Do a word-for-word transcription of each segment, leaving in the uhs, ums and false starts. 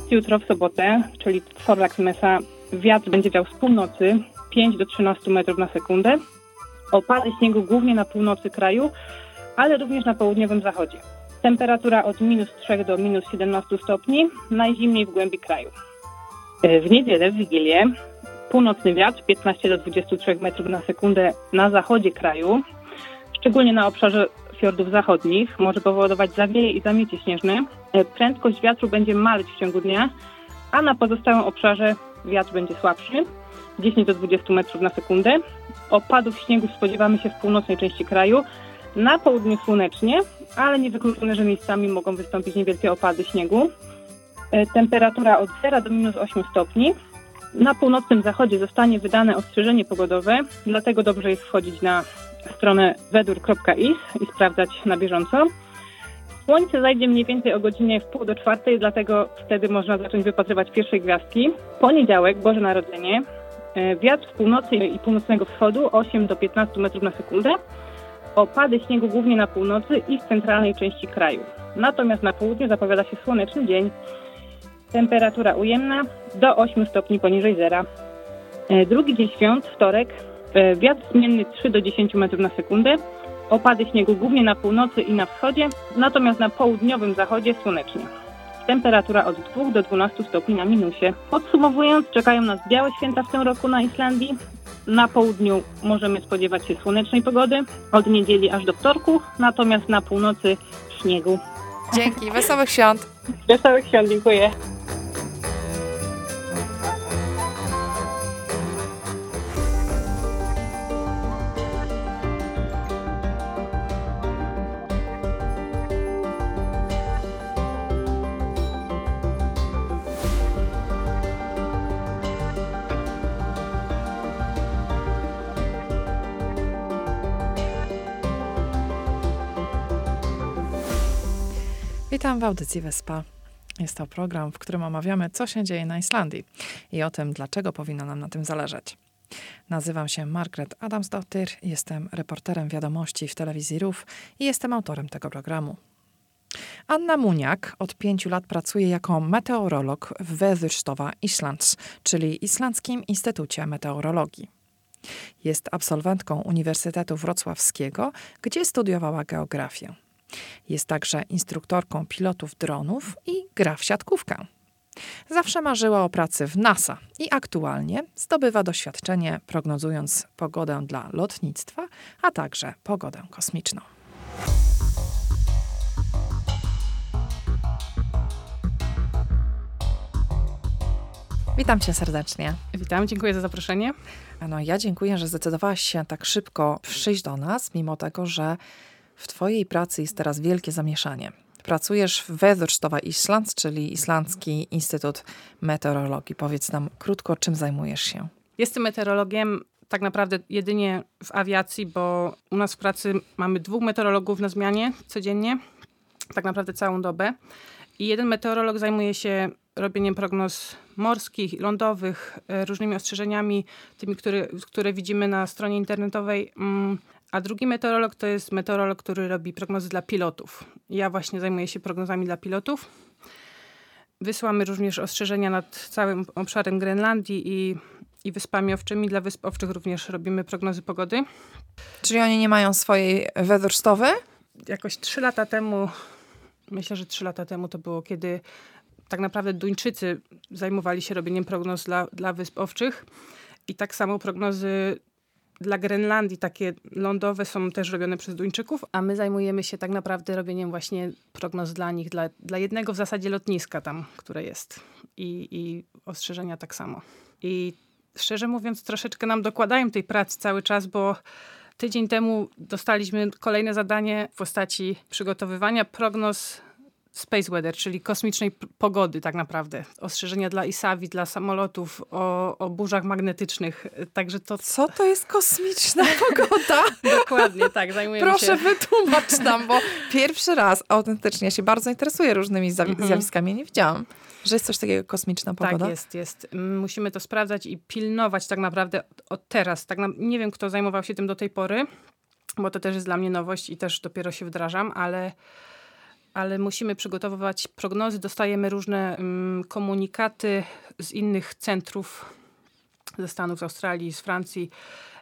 jutro w sobotę, czyli w Forlax Mesa, wiatr będzie wiał z północy pięć do trzynastu metrów na sekundę. Opady śniegu głównie na północy kraju, ale również na południowym zachodzie. Temperatura od minus trzech do minus siedemnastu stopni, najzimniej w głębi kraju. W niedzielę, w Wigilię, północny wiatr piętnaście do dwudziestu trzech metrów na sekundę na zachodzie kraju, szczególnie na obszarze fiordów zachodnich, może powodować zawieje i zamieci śnieżne. Prędkość wiatru będzie maleć w ciągu dnia, a na pozostałym obszarze wiatr będzie słabszy, dziesięć do dwudziestu metrów na sekundę. Opadów śniegu spodziewamy się w północnej części kraju, na południu słonecznie, ale niewykluczone, że miejscami mogą wystąpić niewielkie opady śniegu. Temperatura od zera do minus ośmiu stopni. Na północnym zachodzie zostanie wydane ostrzeżenie pogodowe, dlatego dobrze jest wchodzić na stronę wedur kropka is i sprawdzać na bieżąco. Słońce zajdzie mniej więcej o godzinie w pół do czwartej, dlatego wtedy można zacząć wypatrywać pierwsze gwiazdki. Poniedziałek, Boże Narodzenie, wiatr z północy i północnego wschodu osiem do piętnastu metrów na sekundę. Opady śniegu głównie na północy i w centralnej części kraju. Natomiast na południu zapowiada się słoneczny dzień. Temperatura ujemna do ośmiu stopni poniżej zera. Drugi dzień świąt, wtorek, wiatr zmienny trzy do dziesięciu metrów na sekundę. Opady śniegu głównie na północy i na wschodzie, natomiast na południowym zachodzie słonecznie. Temperatura od dwóch do dwunastu stopni na minusie. Podsumowując, czekają nas białe święta w tym roku na Islandii. Na południu możemy spodziewać się słonecznej pogody od niedzieli aż do wtorku, natomiast na północy śniegu. Dzięki, wesołych świąt. Wesołych świąt, dziękuję. Witam w audycji Wyspa. Jest to program, w którym omawiamy, co się dzieje na Islandii i o tym, dlaczego powinno nam na tym zależeć. Nazywam się Margaret Adamsdottir, jestem reporterem wiadomości w telewizji R U F i jestem autorem tego programu. Anna Muniak od pięciu lat pracuje jako meteorolog w Veðurstofa Íslands, czyli Islandzkim Instytucie Meteorologii. Jest absolwentką Uniwersytetu Wrocławskiego, gdzie studiowała geografię. Jest także instruktorką pilotów dronów i gra w siatkówkę. Zawsze marzyła o pracy w NASA i aktualnie zdobywa doświadczenie prognozując pogodę dla lotnictwa, a także pogodę kosmiczną. Witam cię serdecznie. Witam, dziękuję za zaproszenie. No, ja dziękuję, że zdecydowałaś się tak szybko przyjść do nas, mimo tego, że w twojej pracy jest teraz wielkie zamieszanie. Pracujesz w Veðurstofa Íslands, czyli Islandzki Instytut Meteorologii. Powiedz nam krótko, czym zajmujesz się? Jestem meteorologiem tak naprawdę jedynie w awiacji, bo u nas w pracy mamy dwóch meteorologów na zmianie codziennie, tak naprawdę całą dobę. I jeden meteorolog zajmuje się robieniem prognoz morskich, lądowych, różnymi ostrzeżeniami, tymi, które, które widzimy na stronie internetowej. A drugi meteorolog to jest meteorolog, który robi prognozy dla pilotów. Ja właśnie zajmuję się prognozami dla pilotów. Wysyłamy również ostrzeżenia nad całym obszarem Grenlandii i, i Wyspami Owczymi. Dla Wysp Owczych również robimy prognozy pogody. Czyli oni nie mają swojej Veðurstofy? Jakoś trzy lata temu, myślę, że trzy lata temu to było, kiedy tak naprawdę Duńczycy zajmowali się robieniem prognoz dla, dla Wysp Owczych. I tak samo prognozy dla Grenlandii, takie lądowe, są też robione przez Duńczyków, a my zajmujemy się tak naprawdę robieniem właśnie prognoz dla nich, dla, dla jednego w zasadzie lotniska tam, które jest. I, i ostrzeżenia tak samo. I szczerze mówiąc, troszeczkę nam dokładają tej pracy cały czas, bo tydzień temu dostaliśmy kolejne zadanie w postaci przygotowywania prognoz Space Weather, czyli kosmicznej p- pogody tak naprawdę. Ostrzeżenia dla ISAWI, dla samolotów, o, o burzach magnetycznych. Także to... Co to jest kosmiczna pogoda? Dokładnie, tak. Zajmujemy Proszę się... wytłumacz nam, bo pierwszy raz autentycznie ja się bardzo interesuję różnymi zjaw- Mhm. zjawiskami. Nie wiedziałam, że jest coś takiego jak kosmiczna pogoda. Tak, jest, jest. Musimy to sprawdzać i pilnować tak naprawdę od teraz. Tak na... Nie wiem, kto zajmował się tym do tej pory, bo to też jest dla mnie nowość i też dopiero się wdrażam, ale... ale musimy przygotowywać prognozy. Dostajemy różne um, komunikaty z innych centrów, ze Stanów, z Australii, z Francji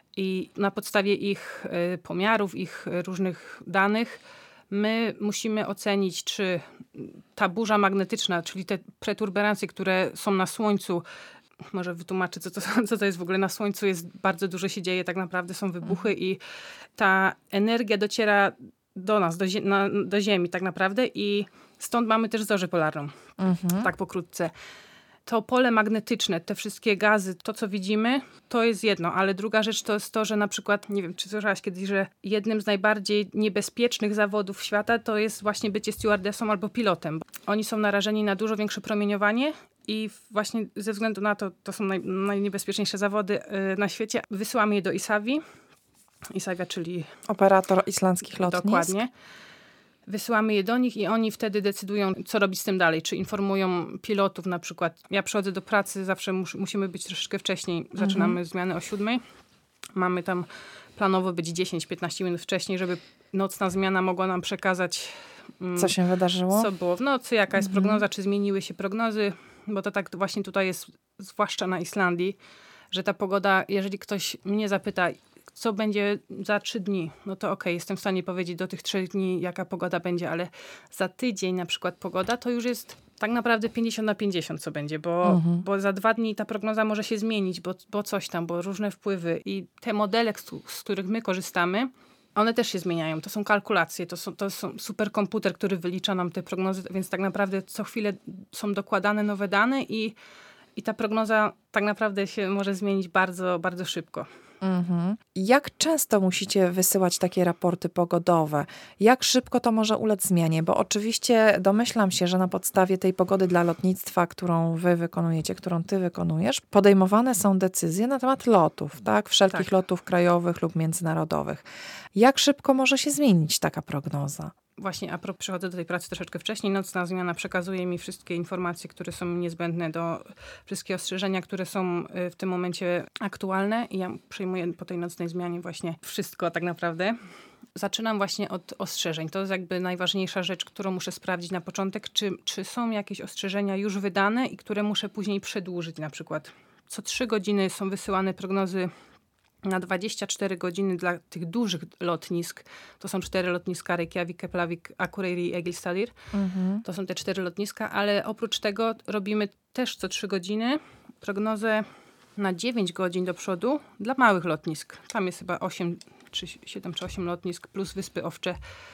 i na podstawie ich y, pomiarów, ich różnych danych my musimy ocenić, czy ta burza magnetyczna, czyli te perturbacje, które są na Słońcu, może wytłumaczę, co to, co to jest w ogóle na Słońcu, jest bardzo dużo się dzieje, tak naprawdę są wybuchy mhm. i ta energia dociera do nas, do, zie- na, do Ziemi tak naprawdę i stąd mamy też zorzę polarną, mhm. tak pokrótce. To pole magnetyczne, te wszystkie gazy, to co widzimy, to jest jedno, ale druga rzecz to jest to, że na przykład, nie wiem, czy słyszałaś kiedyś, że jednym z najbardziej niebezpiecznych zawodów świata to jest właśnie bycie stewardessą albo pilotem. Oni są narażeni na dużo większe promieniowanie i właśnie ze względu na to, to są naj, najniebezpieczniejsze zawody yy, na świecie. Wysyłamy je do ISAWI. ISAWIA, czyli... Operator islandzkich lotnisk. Dokładnie. Wysyłamy je do nich i oni wtedy decydują, co robić z tym dalej. Czy informują pilotów na przykład. Ja przychodzę do pracy, zawsze mus, musimy być troszeczkę wcześniej. Zaczynamy mhm. zmiany o siódmej. Mamy tam planowo być dziesięć piętnaście minut wcześniej, żeby nocna zmiana mogła nam przekazać, mm, co się wydarzyło. Co było w nocy, jaka jest mhm. prognoza, czy zmieniły się prognozy. Bo to tak właśnie tutaj jest, zwłaszcza na Islandii, że ta pogoda, jeżeli ktoś mnie zapyta, co będzie za trzy dni, no to okej, okay, jestem w stanie powiedzieć do tych trzech dni, jaka pogoda będzie, ale za tydzień na przykład pogoda, to już jest tak naprawdę pięćdziesiąt na pięćdziesiąt, co będzie, bo, mhm. bo za dwa dni ta prognoza może się zmienić, bo, bo coś tam, bo różne wpływy i te modele, z których my korzystamy, one też się zmieniają. To są kalkulacje, to są, to są superkomputer, który wylicza nam te prognozy, więc tak naprawdę co chwilę są dokładane nowe dane i, i ta prognoza tak naprawdę się może zmienić bardzo, bardzo szybko. Mhm. Jak często musicie wysyłać takie raporty pogodowe? Jak szybko to może ulec zmianie? Bo oczywiście domyślam się, że na podstawie tej pogody dla lotnictwa, którą wy wykonujecie, którą ty wykonujesz, podejmowane są decyzje na temat lotów, tak? Wszelkich tak. lotów krajowych lub międzynarodowych. Jak szybko może się zmienić taka prognoza? Właśnie, a propos, przychodzę do tej pracy troszeczkę wcześniej. Nocna zmiana przekazuje mi wszystkie informacje, które są niezbędne do wszystkie ostrzeżenia, które są w tym momencie aktualne i ja przyjmuję po tej nocnej zmianie właśnie wszystko tak naprawdę. Zaczynam właśnie od ostrzeżeń. To jest jakby najważniejsza rzecz, którą muszę sprawdzić na początek, czy, czy są jakieś ostrzeżenia już wydane i które muszę później przedłużyć na przykład. Co trzy godziny są wysyłane prognozy na dwadzieścia cztery godziny dla tych dużych lotnisk. To są cztery lotniska: Reykjavik, Keflavik, Akureyri i Egilsstaðir. Mhm. To są te cztery lotniska, ale oprócz tego robimy też co trzy godziny prognozę na dziewięć godzin do przodu dla małych lotnisk. Tam jest chyba osiem, czy siedem czy osiem lotnisk plus Wyspy Owcze.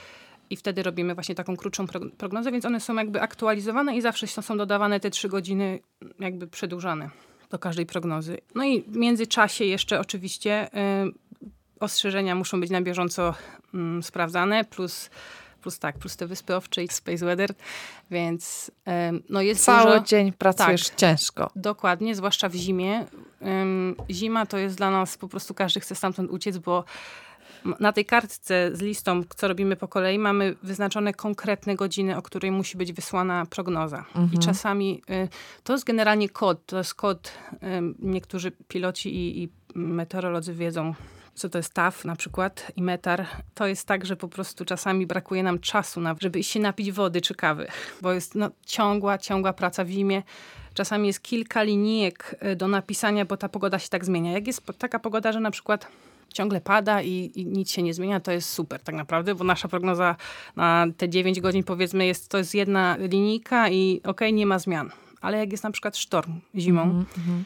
I wtedy robimy właśnie taką krótszą prognozę, więc one są jakby aktualizowane i zawsze są dodawane te trzy godziny jakby przedłużane do każdej prognozy. No i w międzyczasie jeszcze oczywiście y, ostrzeżenia muszą być na bieżąco y, sprawdzane, plus, plus tak, plus te Wyspy Owcze i Space Weather, więc y, no jest Cały dużo, dzień pracujesz tak, ciężko. Dokładnie, zwłaszcza w zimie. Y, zima to jest dla nas, po prostu każdy chce stamtąd uciec, bo na tej kartce z listą, co robimy po kolei, mamy wyznaczone konkretne godziny, o której musi być wysłana prognoza. Mhm. I czasami y, to jest generalnie kod. To jest kod, y, niektórzy piloci i, i meteorolodzy wiedzą, co to jest T A F na przykład i metar. To jest tak, że po prostu czasami brakuje nam czasu, na, żeby iść się napić wody czy kawy, bo jest no, ciągła, ciągła praca w zimie. Czasami jest kilka linijek do napisania, bo ta pogoda się tak zmienia. Jak jest taka pogoda, że na przykład ciągle pada i, i nic się nie zmienia, to jest super tak naprawdę, bo nasza prognoza na te dziewięć godzin powiedzmy jest, to jest jedna linijka i okej, okay, nie ma zmian. Ale jak jest na przykład sztorm zimą, mm-hmm.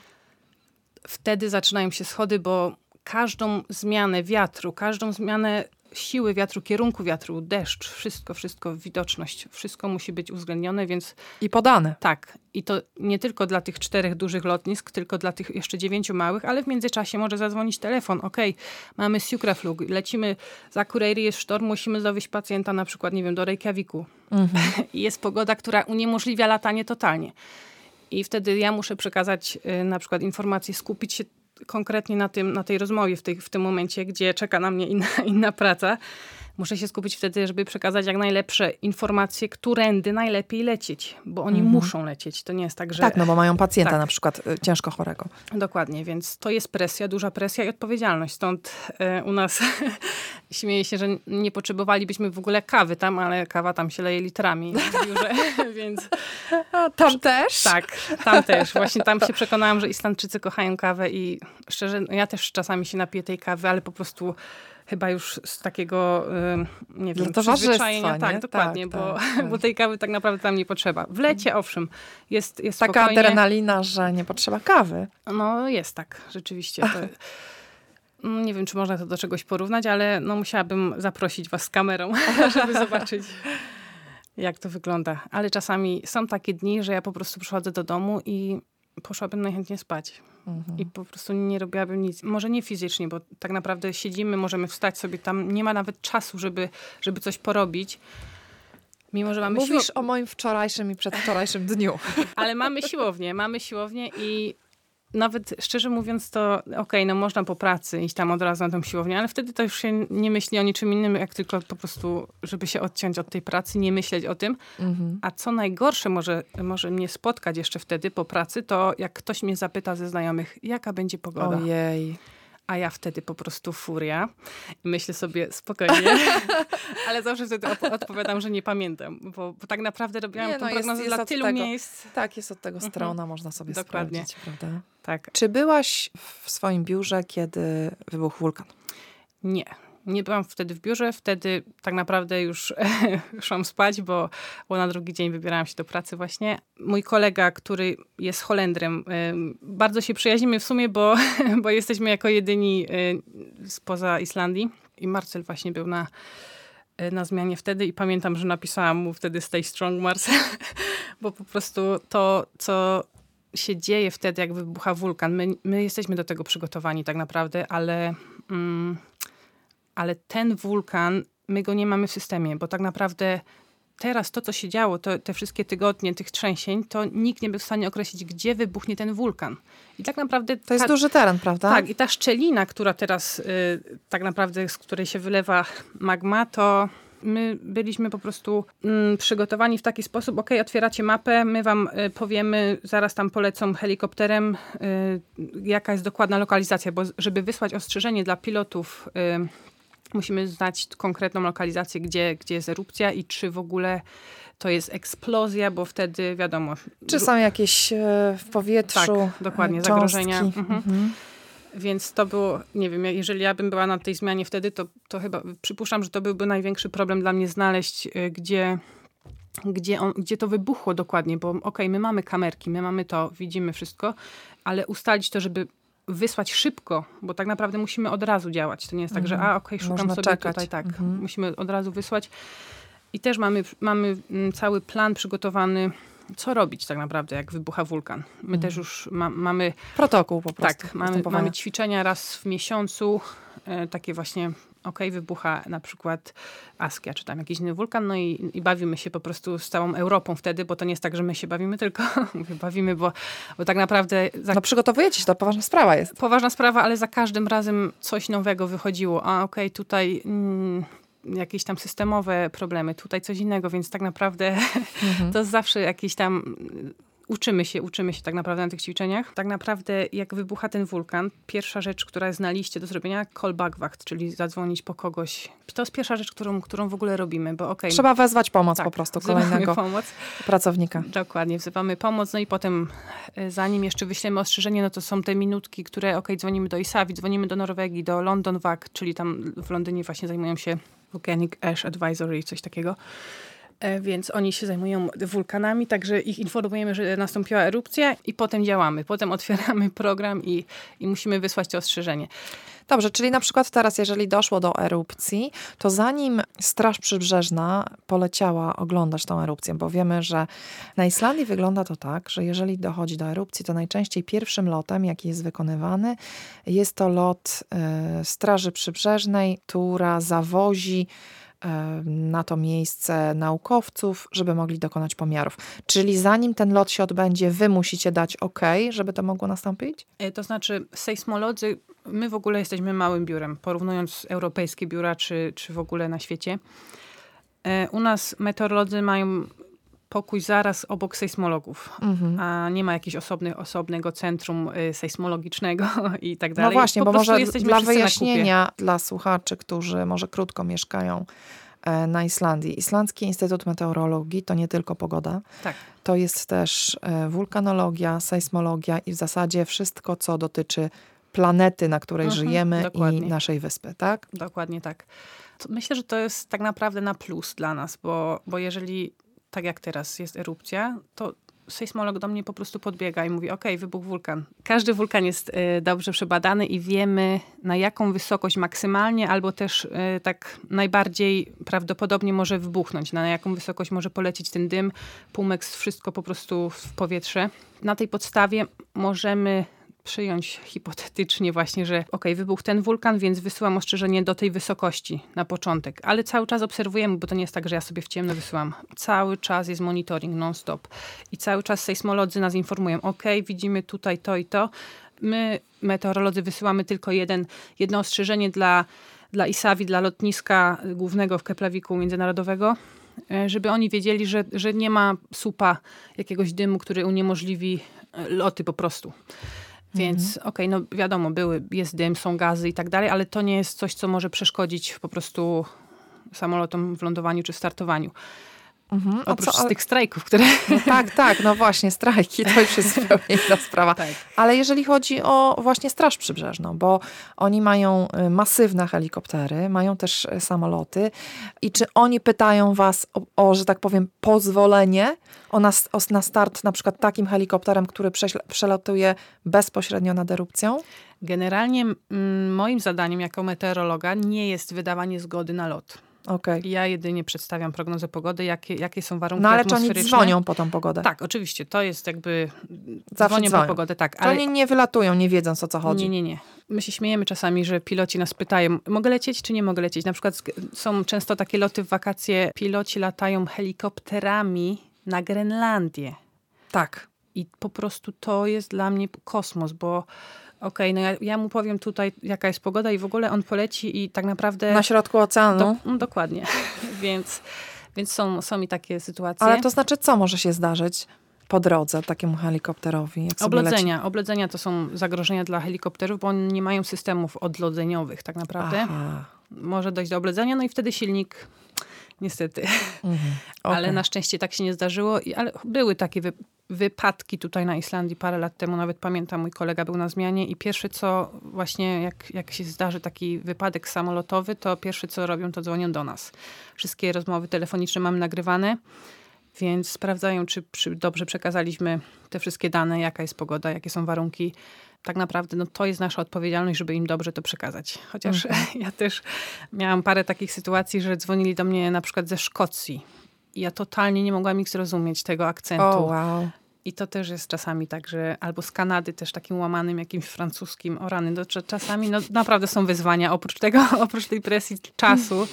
wtedy zaczynają się schody, bo każdą zmianę wiatru, każdą zmianę siły wiatru, kierunku wiatru, deszcz, wszystko, wszystko, widoczność, wszystko musi być uwzględnione, więc... I podane. Tak. I to nie tylko dla tych czterech dużych lotnisk, tylko dla tych jeszcze dziewięciu małych, ale w międzyczasie może zadzwonić telefon. Okej, okay, mamy Sjúkraflug, lecimy z Akureyri, jest sztorm, musimy dowieźć pacjenta na przykład, nie wiem, do Reykjaviku. Mhm. I jest pogoda, która uniemożliwia latanie totalnie. I wtedy ja muszę przekazać y, na przykład informacje, skupić się konkretnie na tym, na tej rozmowie w, tej, w tym momencie, gdzie czeka na mnie inna, inna praca. muszę się skupić wtedy, żeby przekazać jak najlepsze informacje, którędy najlepiej lecieć, bo oni Mhm. muszą lecieć. To nie jest tak, że... Tak, no bo mają pacjenta Tak. na przykład y, ciężko chorego. Dokładnie, więc to jest presja, duża presja i odpowiedzialność. Stąd e, u nas śmieję się, że nie potrzebowalibyśmy w ogóle kawy tam, ale kawa tam się leje litrami w biurze, więc... A tam też? Tak, tam też. Właśnie tam się przekonałam, że Islandczycy kochają kawę i szczerze, no ja też czasami się napiję tej kawy, ale po prostu chyba już z takiego, y, nie wiem, Dla towarzystwa, przyzwyczajenia. nie? Tak, dokładnie, Tak, bo, tak, tak. bo tej kawy tak naprawdę tam nie potrzeba. W lecie, owszem, jest, jest Taka spokojnie. adrenalina, że nie potrzeba kawy. No jest tak, rzeczywiście. To, no, nie wiem, czy można to do czegoś porównać, ale no, musiałabym zaprosić was z kamerą, żeby zobaczyć, jak to wygląda. Ale czasami są takie dni, że ja po prostu przychodzę do domu i poszłabym najchętniej spać. Mhm. I po prostu nie robiłabym nic. Może nie fizycznie, bo tak naprawdę siedzimy, możemy wstać sobie tam. Nie ma nawet czasu, żeby, żeby coś porobić. Mimo, że mamy Mówisz siło... o moim wczorajszym i przedwczorajszym dniu. Ale mamy siłownię, mamy siłownię i nawet szczerze mówiąc to okej, okay, no można po pracy iść tam od razu na tą siłownię, ale wtedy to już się nie myśli o niczym innym, jak tylko po prostu, żeby się odciąć od tej pracy, nie myśleć o tym. Mhm. A co najgorsze może, może mnie spotkać jeszcze wtedy po pracy, to jak ktoś mnie zapyta ze znajomych, jaka będzie pogoda. Ojej. A ja wtedy po prostu furia. I myślę sobie, spokojnie. Ale zawsze wtedy op- odpowiadam, że nie pamiętam. Bo, bo tak naprawdę robiłam Nie, tą no, prognozę jest- jest dla od tylu tego. miejsc. Tak, jest od tego strona, można sobie Dokładnie. sprawdzić, prawda? Tak. Czy byłaś w swoim biurze, kiedy wybuchł wulkan? Nie. Nie byłam wtedy w biurze. Wtedy tak naprawdę już szłam spać, bo, bo na drugi dzień wybierałam się do pracy właśnie. Mój kolega, który jest Holendrem, ym, bardzo się przyjaźnimy w sumie, bo, bo jesteśmy jako jedyni y, spoza Islandii. I Marcel właśnie był na, y, na zmianie wtedy i pamiętam, że napisałam mu wtedy Stay Strong, Marcel, bo po prostu to, co się dzieje wtedy, jak wybucha wulkan, my, my jesteśmy do tego przygotowani tak naprawdę, ale... Mm, ale ten wulkan, my go nie mamy w systemie, bo tak naprawdę teraz to, co się działo, to, te wszystkie tygodnie tych trzęsień, to nikt nie był w stanie określić, gdzie wybuchnie ten wulkan. I tak naprawdę... To jest ta, duży teren, prawda? Tak, i ta szczelina, która teraz y, tak naprawdę, z której się wylewa magma, to my byliśmy po prostu mm, przygotowani w taki sposób, ok, otwieracie mapę, my wam y, powiemy, zaraz tam polecą helikopterem, y, jaka jest dokładna lokalizacja, bo żeby wysłać ostrzeżenie dla pilotów, y, musimy znać konkretną lokalizację, gdzie, gdzie jest erupcja i czy w ogóle to jest eksplozja, bo wtedy wiadomo... Czy są jakieś e, w powietrzu Tak, dokładnie, cząstki? zagrożenia. Mhm. Mhm. Więc to było, nie wiem, jeżeli ja bym była na tej zmianie wtedy, to, to chyba przypuszczam, że to byłby największy problem dla mnie znaleźć, y, gdzie, gdzie, on, gdzie to wybuchło dokładnie, bo okej, okay, my mamy kamerki, my mamy to, widzimy wszystko, ale ustalić to, żeby wysłać szybko, bo tak naprawdę musimy od razu działać. To nie jest tak, że a okej, okay, szukam Można sobie czekać. tutaj, tak. Mhm. Musimy od razu wysłać. I też mamy, mamy cały plan przygotowany, co robić tak naprawdę, jak wybucha wulkan. My Mhm. też już ma, mamy... Protokół po prostu. Tak, mamy, mamy ćwiczenia raz w miesiącu, e, takie właśnie, okej, wybucha na przykład Askia, czy tam jakiś inny wulkan, no i, i bawimy się po prostu z całą Europą wtedy, bo to nie jest tak, że my się bawimy, tylko mówię, bawimy, bo, bo tak naprawdę... Za... No przygotowujecie się, to poważna sprawa jest. Poważna sprawa, ale za każdym razem coś nowego wychodziło. A okej, okay, tutaj... Mm, jakieś tam systemowe problemy, tutaj coś innego, więc tak naprawdę mhm. to zawsze jakieś tam... Uczymy się, uczymy się tak naprawdę na tych ćwiczeniach. Tak naprawdę jak wybucha ten wulkan, pierwsza rzecz, która jest na liście do zrobienia, call backwacht, czyli zadzwonić po kogoś. To jest pierwsza rzecz, którą, którą w ogóle robimy, bo okej. Okay, trzeba wezwać pomoc tak, po prostu kolejnego pomoc. pracownika. Dokładnie, wzywamy pomoc, no i potem zanim jeszcze wyślemy ostrzeżenie, no to są te minutki, które okej, okay, dzwonimy do ISAWI, dzwonimy do Norwegii, do London V A C, czyli tam w Londynie właśnie zajmują się Volcanic Ash Advisory, coś takiego. Więc oni się zajmują wulkanami, także ich informujemy, że nastąpiła erupcja i potem działamy. Potem otwieramy program i, i musimy wysłać to ostrzeżenie. Dobrze, czyli na przykład teraz, jeżeli doszło do erupcji, to zanim Straż Przybrzeżna poleciała oglądać tą erupcję, bo wiemy, że na Islandii wygląda to tak, że jeżeli dochodzi do erupcji, to najczęściej pierwszym lotem, jaki jest wykonywany, jest to lot y, Straży Przybrzeżnej, która zawozi na to miejsce naukowców, żeby mogli dokonać pomiarów. Czyli zanim ten lot się odbędzie, wy musicie dać OK, żeby to mogło nastąpić? To znaczy sejsmolodzy, my w ogóle jesteśmy małym biurem, porównując europejskie biura, czy, czy w ogóle na świecie. U nas meteorolodzy mają pokój zaraz obok sejsmologów, mhm. a nie ma jakiegoś osobny, osobnego centrum y, sejsmologicznego i tak dalej. No właśnie, po bo może dla wszyscy wyjaśnienia dla słuchaczy, którzy może krótko mieszkają e, na Islandii. Islandzki Instytut Meteorologii to nie tylko pogoda. Tak. To jest też e, wulkanologia, sejsmologia i w zasadzie wszystko, co dotyczy planety, na której mhm, żyjemy dokładnie. I naszej wyspy, tak? Dokładnie tak. To myślę, że to jest tak naprawdę na plus dla nas, bo, bo jeżeli tak jak teraz jest erupcja, to sejsmolog do mnie po prostu podbiega i mówi, okej, wybuchł wulkan. Każdy wulkan jest y, dobrze przebadany i wiemy, na jaką wysokość maksymalnie, albo też y, tak najbardziej prawdopodobnie może wybuchnąć, na jaką wysokość może polecieć ten dym, półmeks, wszystko po prostu w powietrze. Na tej podstawie możemy przyjąć hipotetycznie właśnie, że okej, okay, wybuchł ten wulkan, więc wysyłam ostrzeżenie do tej wysokości na początek. Ale cały czas obserwujemy, bo to nie jest tak, że ja sobie w ciemno wysyłam. Cały czas jest monitoring non-stop. I cały czas sejsmolodzy nas informują, okej, okay, widzimy tutaj to i to. My, meteorolodzy, wysyłamy tylko jeden, jedno ostrzeżenie dla, dla ISAWI, dla lotniska głównego w Keplaviku międzynarodowego, żeby oni wiedzieli, że, że nie ma słupa jakiegoś dymu, który uniemożliwi loty po prostu. Więc okej, okay, no wiadomo, były, jest dym, są gazy i tak dalej, ale to nie jest coś, co może przeszkodzić po prostu samolotom w lądowaniu czy w startowaniu. Mhm. Oprócz co, ale... tych strajków, które... No tak, tak, no właśnie, strajki, to już jest zupełnie inna sprawa. Tak. Ale jeżeli chodzi o właśnie Straż Przybrzeżną, bo oni mają masywne helikoptery, mają też samoloty i czy oni pytają was o, o że tak powiem, pozwolenie o nas, o, na start na przykład takim helikopterem, który prześle, przelatuje bezpośrednio nad erupcją? Generalnie m, moim zadaniem jako meteorologa nie jest wydawanie zgody na lot. Okay. Ja jedynie przedstawiam prognozę pogody, jakie, jakie są warunki no, ale atmosferyczne. Czy oni dzwonią po tą pogodę? Tak, oczywiście. To jest jakby... Zawsze dzwonią, dzwonią po pogodę, tak. Ale... To oni nie wylatują, nie wiedząc, o co chodzi. Nie, nie, nie. My się śmiejemy czasami, że piloci nas pytają, mogę lecieć, czy nie mogę lecieć? Na przykład są często takie loty w wakacje. Piloci latają helikopterami na Grenlandię. Tak. I po prostu to jest dla mnie kosmos, bo okej, okay, no ja, ja mu powiem tutaj, jaka jest pogoda i w ogóle on poleci i tak naprawdę... Na środku oceanu. Do, no, dokładnie. więc więc są, są i takie sytuacje. Ale to znaczy, co może się zdarzyć po drodze takiemu helikopterowi? Jak Oblodzenia. leci? Oblodzenia to są zagrożenia dla helikopterów, bo oni nie mają systemów odlodzeniowych tak naprawdę. Aha. Może dojść do oblodzenia, no i wtedy silnik... Niestety. Mhm. Okay. Ale na szczęście tak się nie zdarzyło. I, ale były takie wy, wypadki tutaj na Islandii parę lat temu. Nawet pamiętam, mój kolega był na zmianie i pierwsze co właśnie, jak, jak się zdarzy taki wypadek samolotowy, to pierwsze co robią, to dzwonią do nas. Wszystkie rozmowy telefoniczne mamy nagrywane, więc sprawdzają, czy, czy dobrze przekazaliśmy te wszystkie dane, jaka jest pogoda, jakie są warunki. Tak naprawdę no, to jest nasza odpowiedzialność, żeby im dobrze to przekazać. Chociaż mm. ja też miałam parę takich sytuacji, że dzwonili do mnie na przykład ze Szkocji. I ja totalnie nie mogłam ich zrozumieć, tego akcentu. Oh, wow. I to też jest czasami tak, że albo z Kanady też takim łamanym, jakimś francuskim, o rany. No, czasami no, naprawdę są wyzwania. Oprócz tego, oprócz tej presji czasu,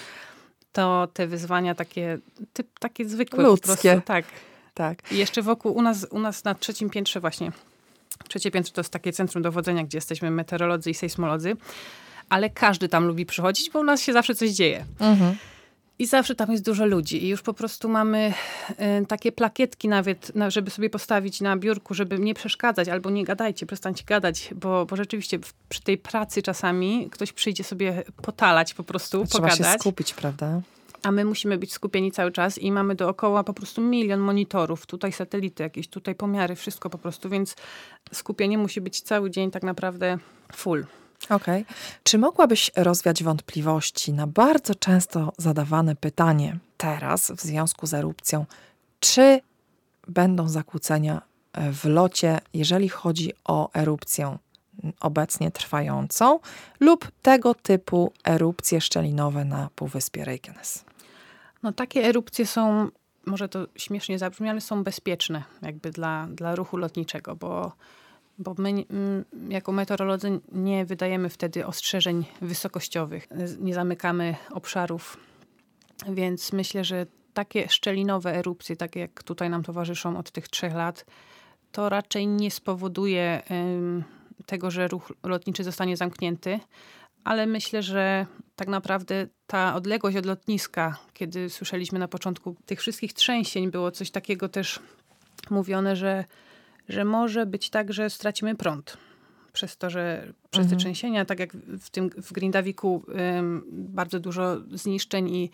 to te wyzwania takie, typ, takie zwykłe. Ludzkie. Po prostu, tak. tak. I jeszcze wokół, u nas, u nas na trzecim piętrze właśnie, trzecie piętro to jest takie centrum dowodzenia, gdzie jesteśmy meteorolodzy i sejsmolodzy, ale każdy tam lubi przychodzić, bo u nas się zawsze coś dzieje. Mhm. I zawsze tam jest dużo ludzi i już po prostu mamy y, takie plakietki nawet, na, żeby sobie postawić na biurku, żeby nie przeszkadzać albo nie gadajcie, przestańcie gadać, bo, bo rzeczywiście w, przy tej pracy czasami ktoś przyjdzie sobie potalać po prostu, Trzeba pogadać. się skupić, prawda? A my musimy być skupieni cały czas i mamy dookoła po prostu milion monitorów, tutaj satelity jakieś, tutaj pomiary, wszystko po prostu, więc skupienie musi być cały dzień tak naprawdę full. Okej. Okay. Czy mogłabyś rozwiać wątpliwości na bardzo często zadawane pytanie teraz w związku z erupcją, czy będą zakłócenia w locie, jeżeli chodzi o erupcję obecnie trwającą lub tego typu erupcje szczelinowe na Półwyspie Reykjanes? No takie erupcje są, może to śmiesznie zabrzmi, ale są bezpieczne jakby dla, dla ruchu lotniczego, bo Bo my jako meteorolodzy nie wydajemy wtedy ostrzeżeń wysokościowych. Nie zamykamy obszarów Więc myślę, że takie szczelinowe erupcje, takie jak tutaj nam towarzyszą od tych trzech lat, to raczej nie spowoduje um, tego, że ruch lotniczy zostanie zamknięty. Ale myślę, że tak naprawdę ta odległość od lotniska, kiedy słyszeliśmy na początku tych wszystkich trzęsień, było coś takiego też mówione, że, że może być tak, że stracimy prąd. Przez to, że przez Mhm. te trzęsienia, tak jak w tym w Grindaviku ym, bardzo dużo zniszczeń i,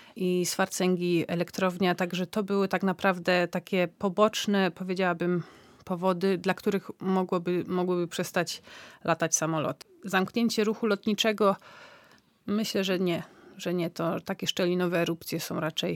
i Svartsengi elektrownia, także to były tak naprawdę takie poboczne, powiedziałabym, powody, dla których mogłoby, mogłyby przestać latać samoloty. Zamknięcie ruchu lotniczego, myślę, że nie, że nie. To takie szczelinowe erupcje są raczej,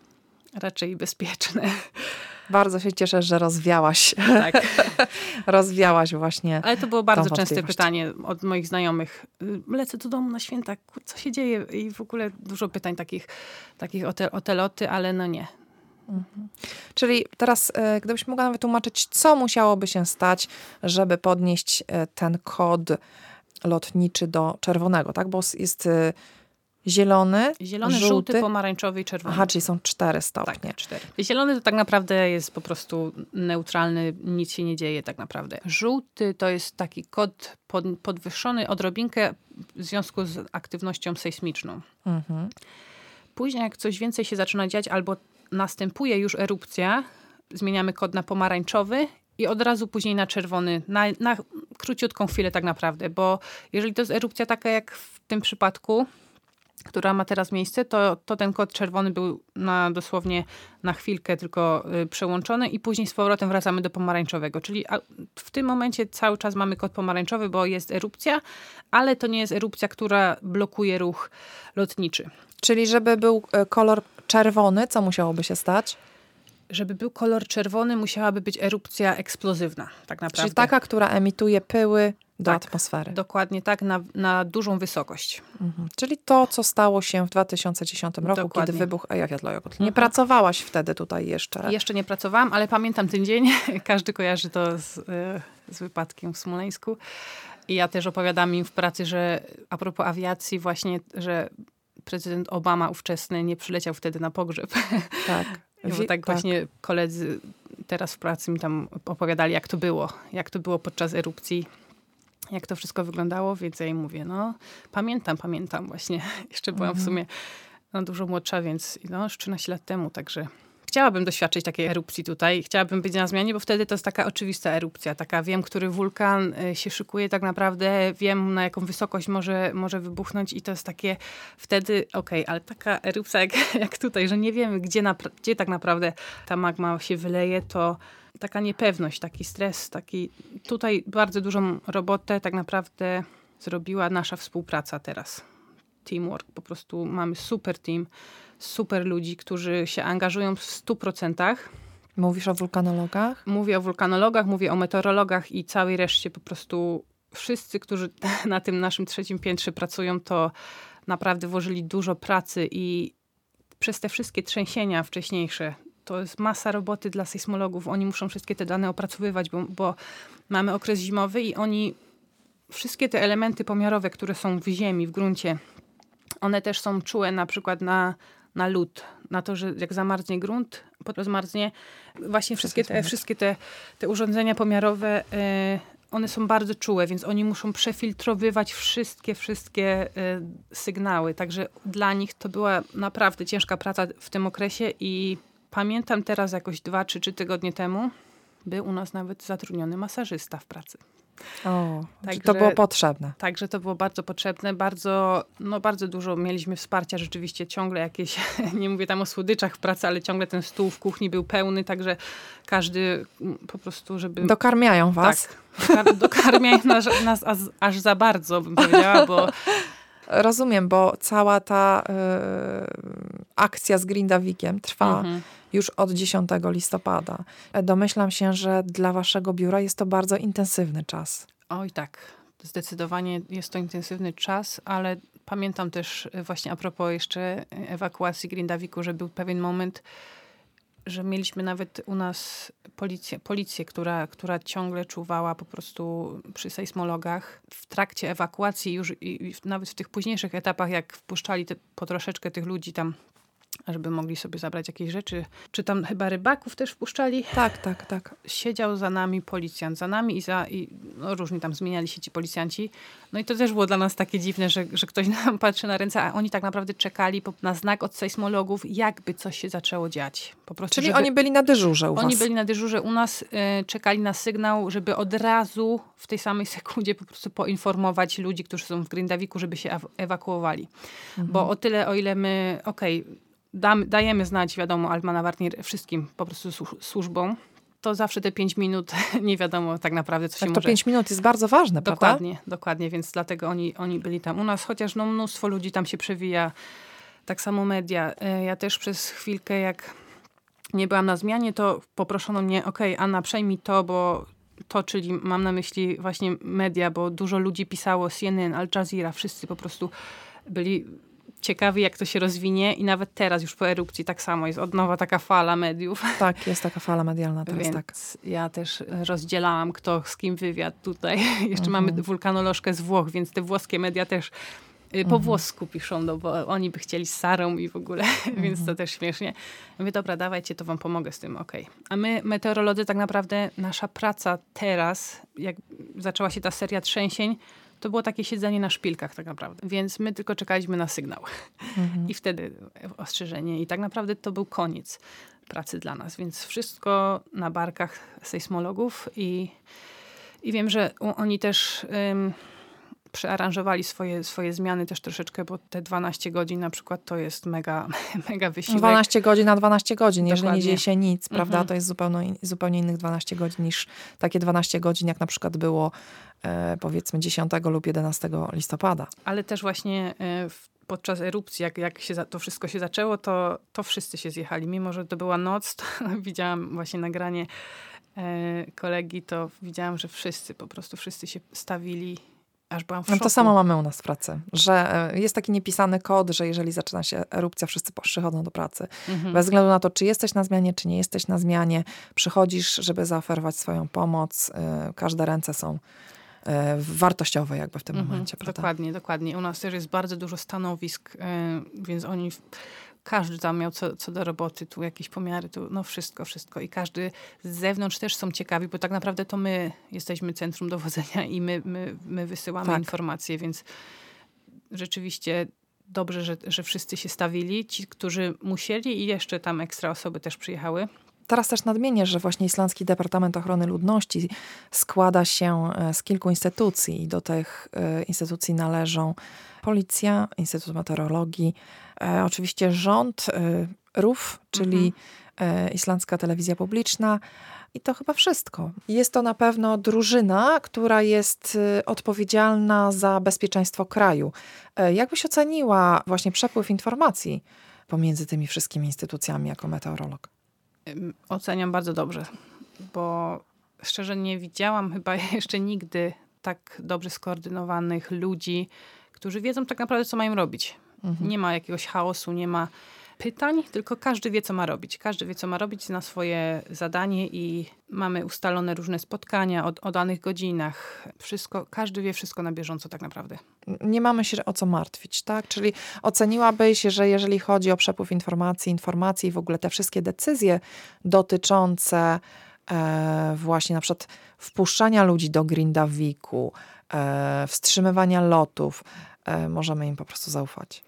raczej bezpieczne. Bardzo się cieszę, że rozwiałaś. Tak. rozwiałaś właśnie. Ale to było bardzo tą częste wątpliwość. pytanie od moich znajomych. Lecę do domu na święta, kur- co się dzieje? I w ogóle dużo pytań takich, takich o, te, o te loty, ale no nie. Mhm. Czyli teraz, e, gdybyś mogła nam wytłumaczyć, co musiałoby się stać, żeby podnieść e, ten kod lotniczy do czerwonego, tak? Bo s- jest e, zielony, Zielony, żółty. żółty, pomarańczowy i czerwony. Aha, czyli są cztery stopnie. Tak, cztery. Zielony to tak naprawdę jest po prostu neutralny, nic się nie dzieje tak naprawdę. Żółty to jest taki kod pod, podwyższony odrobinkę w związku z aktywnością sejsmiczną. Mhm. Później jak coś więcej się zaczyna dziać albo następuje już erupcja, zmieniamy kod na pomarańczowy i od razu później na czerwony, na, na króciutką chwilę tak naprawdę, bo jeżeli to jest erupcja taka jak w tym przypadku, która ma teraz miejsce, to, to ten kod czerwony był na, dosłownie na chwilkę tylko y, przełączony i później z powrotem wracamy do pomarańczowego. Czyli a, w tym momencie cały czas mamy kod pomarańczowy, bo jest erupcja, ale to nie jest erupcja, która blokuje ruch lotniczy. Czyli żeby był e, kolor czerwony, co musiałoby się stać? Żeby był kolor czerwony, musiałaby być erupcja eksplozywna, tak naprawdę. Czyli taka, która emituje pyły do Tak. atmosfery. Dokładnie tak, na, na dużą wysokość. Mhm. Czyli to, co stało się w dwa tysiące dziesiątym roku, Dokładnie. kiedy wybuchł Eyjafjallajökull. Nie Mhm. pracowałaś wtedy tutaj jeszcze. Jeszcze nie pracowałam, ale pamiętam ten dzień. Każdy kojarzy to z, y, z wypadkiem w Smoleńsku. I ja też opowiadam im w pracy, że a propos awiacji właśnie, że prezydent Obama ówczesny nie przyleciał wtedy na pogrzeb. Tak. Bo Wi- tak właśnie koledzy teraz w pracy mi tam opowiadali, jak to było. Jak to było podczas erupcji. Jak to wszystko wyglądało, więc ja im mówię, no pamiętam, pamiętam właśnie. Jeszcze byłam Mhm. w sumie no, dużo młodsza, więc no, już trzynaście lat temu, także chciałabym doświadczyć takiej erupcji tutaj. Chciałabym być na zmianie, bo wtedy to jest taka oczywista erupcja. Taka wiem, który wulkan y, się szykuje tak naprawdę, wiem na jaką wysokość może, może wybuchnąć i to jest takie wtedy, okej, okay, ale taka erupcja jak, jak tutaj, że nie wiemy, gdzie, napra- gdzie tak naprawdę ta magma się wyleje, to taka niepewność, taki stres, taki tutaj bardzo dużą robotę tak naprawdę zrobiła nasza współpraca teraz. Teamwork, po prostu mamy super team, super ludzi, którzy się angażują w stu procentach. Mówisz o wulkanologach? Mówię o wulkanologach, mówię o meteorologach i całej reszcie po prostu wszyscy, którzy na tym naszym trzecim piętrze pracują, to naprawdę włożyli dużo pracy i przez te wszystkie trzęsienia wcześniejsze, to jest masa roboty dla sejsmologów. Oni muszą wszystkie te dane opracowywać, bo, bo mamy okres zimowy i oni wszystkie te elementy pomiarowe, które są w ziemi, w gruncie, one też są czułe na przykład na, na lód, na to, że jak zamarznie grunt, rozmarznie, właśnie wszystkie te, wszystkie te, te urządzenia pomiarowe, y, one są bardzo czułe, więc oni muszą przefiltrowywać wszystkie, wszystkie y, sygnały. Także dla nich to była naprawdę ciężka praca w tym okresie i pamiętam teraz jakoś dwa czy trzy tygodnie temu, był u nas nawet zatrudniony masażysta w pracy. O, Także- to było potrzebne. Także to było bardzo potrzebne, bardzo, no bardzo dużo mieliśmy wsparcia, rzeczywiście ciągle jakieś, nie mówię tam o słodyczach w pracy, ale ciągle ten stół w kuchni był pełny, także każdy mm, po prostu, żeby... Dokarmiają was. Tak, dokar- dokarmiają nas, nas aż, aż za bardzo, bym powiedziała, bo Rozumiem, bo cała ta y, akcja z Grindavikiem trwa Mhm. już od dziesiątego listopada. Domyślam się, że dla waszego biura jest to bardzo intensywny czas. Oj tak, zdecydowanie jest to intensywny czas, ale pamiętam też właśnie a propos jeszcze ewakuacji Grindaviku, że był pewien moment, że mieliśmy nawet u nas policję, policję która, która ciągle czuwała po prostu przy sejsmologach. W trakcie ewakuacji już i, i nawet w tych późniejszych etapach, jak wpuszczali te, po troszeczkę tych ludzi tam żeby mogli sobie zabrać jakieś rzeczy. Czy tam chyba rybaków też wpuszczali? Tak, tak, tak. Siedział za nami policjant, za nami i za, i no różni tam zmieniali się ci policjanci. No i to też było dla nas takie dziwne, że, że ktoś nam patrzy na ręce, a oni tak naprawdę czekali po, na znak od sejsmologów, jakby coś się zaczęło dziać. Po prostu, Czyli żeby, oni byli na dyżurze u was? Oni byli na dyżurze u nas, y, czekali na sygnał, żeby od razu w tej samej sekundzie po prostu poinformować ludzi, którzy są w Grindawiku, żeby się ewakuowali. Mhm. Bo o tyle, o ile my, okej, okay, Dam, dajemy znać, wiadomo, Alma Warnir wszystkim po prostu służbom, to zawsze te pięć minut nie wiadomo tak naprawdę, co tak się to może... pięć minut jest bardzo ważne, dokładnie, prawda? Dokładnie, więc dlatego oni, oni byli tam u nas, chociaż no, mnóstwo ludzi tam się przewija, tak samo media. Ja też przez chwilkę, jak nie byłam na zmianie, to poproszono mnie, okej, okay, Anna, przejmij to, bo to, czyli mam na myśli właśnie media, bo dużo ludzi pisało, C N N, Al Jazeera, wszyscy po prostu byli... ciekawy, jak to się rozwinie i nawet teraz już po erupcji tak samo jest od nowa taka fala mediów. Tak, jest taka fala medialna teraz, Więc tak. ja też rozdzielałam, kto z kim wywiad tutaj. Jeszcze Mhm. mamy wulkanolożkę z Włoch, więc te włoskie media też po mhm. włosku piszą, no bo oni by chcieli z Sarą i w ogóle, mhm. więc to też śmiesznie. Mówię, dobra, dawajcie, to wam pomogę z tym, okej. Okay. A my, meteorolodzy, tak naprawdę nasza praca teraz, jak zaczęła się ta seria trzęsień, to było takie siedzenie na szpilkach tak naprawdę. Więc my tylko czekaliśmy na sygnał. Mhm. I wtedy ostrzeżenie. I tak naprawdę to był koniec pracy dla nas. Więc wszystko na barkach sejsmologów. I, i wiem, że oni też um, przearanżowali swoje, swoje zmiany też troszeczkę, bo te dwanaście godzin na przykład to jest mega, mega wysiłek. dwanaście godzin na dwanaście godzin. Jeżeli Dokładnie. nie dzieje się nic, prawda, Mhm. to jest zupełnie, zupełnie innych dwanaście godzin niż takie dwanaście godzin, jak na przykład było e, powiedzmy dziesiątego lub jedenastego listopada. Ale też właśnie e, w, podczas erupcji, jak, jak się za, to wszystko się zaczęło, to, to wszyscy się zjechali. Mimo, że to była noc, to widziałam właśnie nagranie e, kolegi, to widziałam, że wszyscy, po prostu wszyscy się stawili. Aż byłam w szoku. No to samo mamy u nas w pracy, że jest taki niepisany kod, że jeżeli zaczyna się erupcja, wszyscy przychodzą do pracy. Mhm. Bez względu na to, czy jesteś na zmianie, czy nie jesteś na zmianie, przychodzisz, żeby zaoferować swoją pomoc. Każde ręce są wartościowe jakby w tym mhm. momencie, prawda? Dokładnie, dokładnie. U nas też jest bardzo dużo stanowisk, więc oni... Każdy tam miał co, co do roboty, tu jakieś pomiary, tu no wszystko, wszystko. I każdy z zewnątrz też są ciekawi, bo tak naprawdę to my jesteśmy centrum dowodzenia i my, my, my wysyłamy tak. informacje, więc rzeczywiście dobrze, że, że wszyscy się stawili. Ci, którzy musieli i jeszcze tam ekstra osoby też przyjechały. Teraz też nadmienię, że właśnie Islandzki Departament Ochrony Ludności składa się z kilku instytucji i do tych instytucji należą Policja, Instytut Meteorologii, e, oczywiście rząd, e, R U F, czyli mhm. e, Islandzka Telewizja Publiczna i to chyba wszystko. Jest to na pewno drużyna, która jest e, odpowiedzialna za bezpieczeństwo kraju. E, jak byś oceniła właśnie przepływ informacji pomiędzy tymi wszystkimi instytucjami jako meteorolog? Oceniam bardzo dobrze, bo szczerze nie widziałam chyba jeszcze nigdy tak dobrze skoordynowanych ludzi, którzy wiedzą tak naprawdę, co mają robić. Mhm. Nie ma jakiegoś chaosu, nie ma pytań, tylko każdy wie, co ma robić. Każdy wie, co ma robić, zna swoje zadanie i mamy ustalone różne spotkania o, o danych godzinach. Wszystko, każdy wie wszystko na bieżąco tak naprawdę. Nie mamy się o co martwić, tak? Czyli oceniłabyś, że jeżeli chodzi o przepływ informacji, informacji i w ogóle te wszystkie decyzje dotyczące e, właśnie na przykład wpuszczania ludzi do Grindawiku, e, wstrzymywania lotów, e, możemy im po prostu zaufać.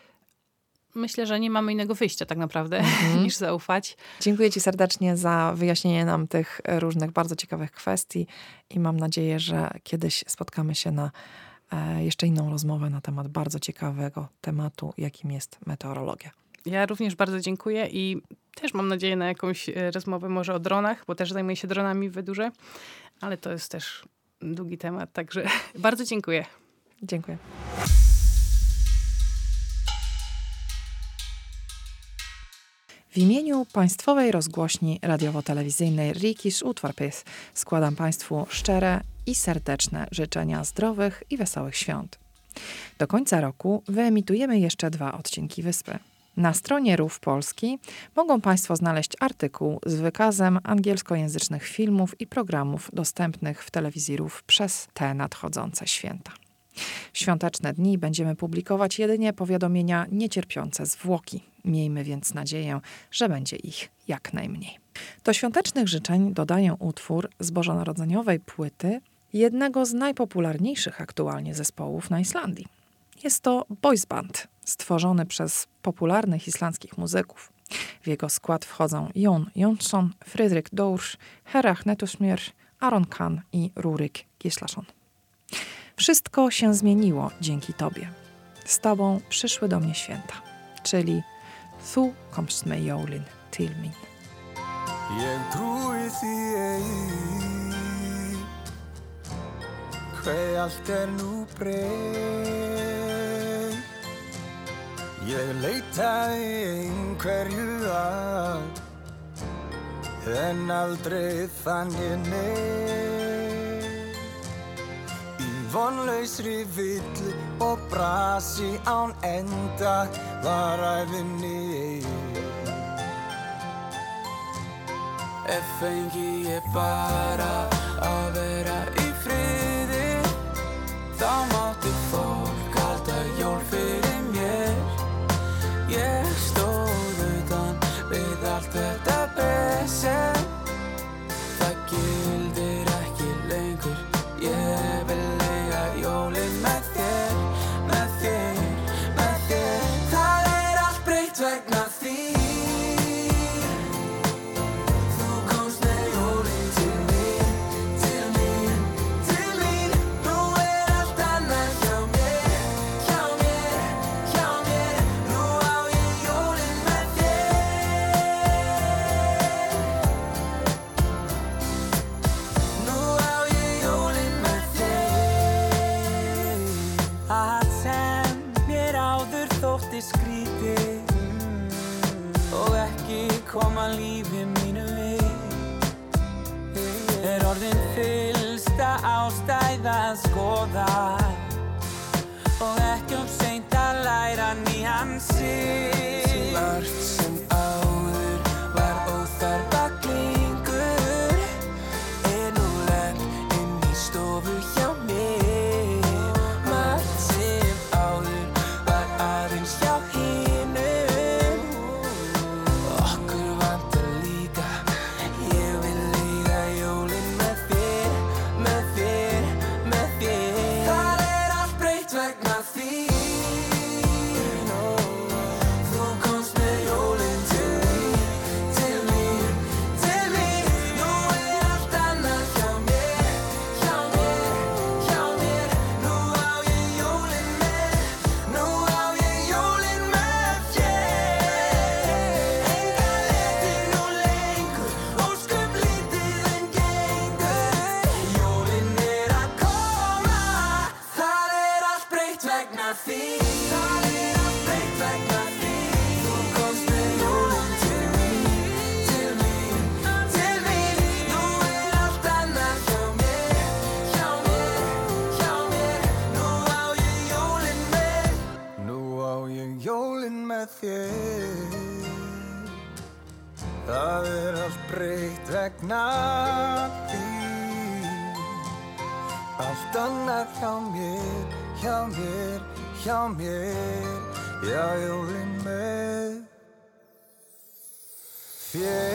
Myślę, że nie mamy innego wyjścia tak naprawdę mm-hmm. niż zaufać. Dziękuję ci serdecznie za wyjaśnienie nam tych różnych bardzo ciekawych kwestii i mam nadzieję, że kiedyś spotkamy się na e, jeszcze inną rozmowę na temat bardzo ciekawego tematu, jakim jest meteorologia. Ja również bardzo dziękuję i też mam nadzieję na jakąś rozmowę może o dronach, bo też zajmuję się dronami w Wedurze, ale to jest też długi temat, także bardzo dziękuję. Dziękuję. W imieniu Państwowej Rozgłośni Radiowo-Telewizyjnej Ríkis útvarpis składam Państwu szczere i serdeczne życzenia zdrowych i wesołych świąt. Do końca roku wyemitujemy jeszcze dwa odcinki Wyspy. Na stronie R U F Polski mogą Państwo znaleźć artykuł z wykazem angielskojęzycznych filmów i programów dostępnych w telewizji R U F przez te nadchodzące święta. W świąteczne dni będziemy publikować jedynie powiadomienia niecierpiące zwłoki. Miejmy więc nadzieję, że będzie ich jak najmniej. Do świątecznych życzeń dodaję utwór z bożonarodzeniowej płyty jednego z najpopularniejszych aktualnie zespołów na Islandii. Jest to boys band, stworzony przez popularnych islandzkich muzyków. W jego skład wchodzą Jon Jonsson, Fryðrik Dórs, Herach Netusmir, Aron Kahn i Rurik Gíslason. Wszystko się zmieniło dzięki Tobie. Z Tobą przyszły do mnie święta, czyli Þú komst með jólin til mín. Ég trúi því ei, hve allt er nú breytt. Ég leitaði einhverju að, en aldrei þannig neitt. Í vonlausri villu og brasi án enda var ævinni ein. Ef fengi ég bara að vera í friði, þá mátti fólk halda jól fyrir mér. Ég stóð utan við allt þetta vesen, það gildir ekki lengur. Ég vil eiga jólin með þér, með þér, með þér. Það er allt breytt vegna þín. Koma lífi mínu við, er orðin fyllsta ástæða að skoða, og ekki of seint að læra nýjan sig. Þú ert sem áður var óþarfa klingur, er nú lent inn í stofu hjá mér. Margt sem áður var aðeins hjá hinum, okkur vantar líka. Ég vil eiga jólin með þér, með þér, með þér. Það er allt breytt vegna þín. Þú komst með jólin til mín, til mín, til mín. Nú er allt annað hjá mér, hjá mér, hjá mér. Nú á ég jólin með, nú á ég jólin með þér. Enga leti nú lengur, ósköp lítið en gengur. Jólin er að koma, það er allt breytt vegna þín. Það er allt breytt vegna þín. Þú komst með jólin til mín, til mín, til mín. Nú er allt annað hjá mér, hjá mér, hjá mér. Nú á ég jólin með, nú á ég jólin með þér. Það er allt breytt vegna þín. Allt annað hjá mér, hjá mér, hjá mér. Já, jólin með þér.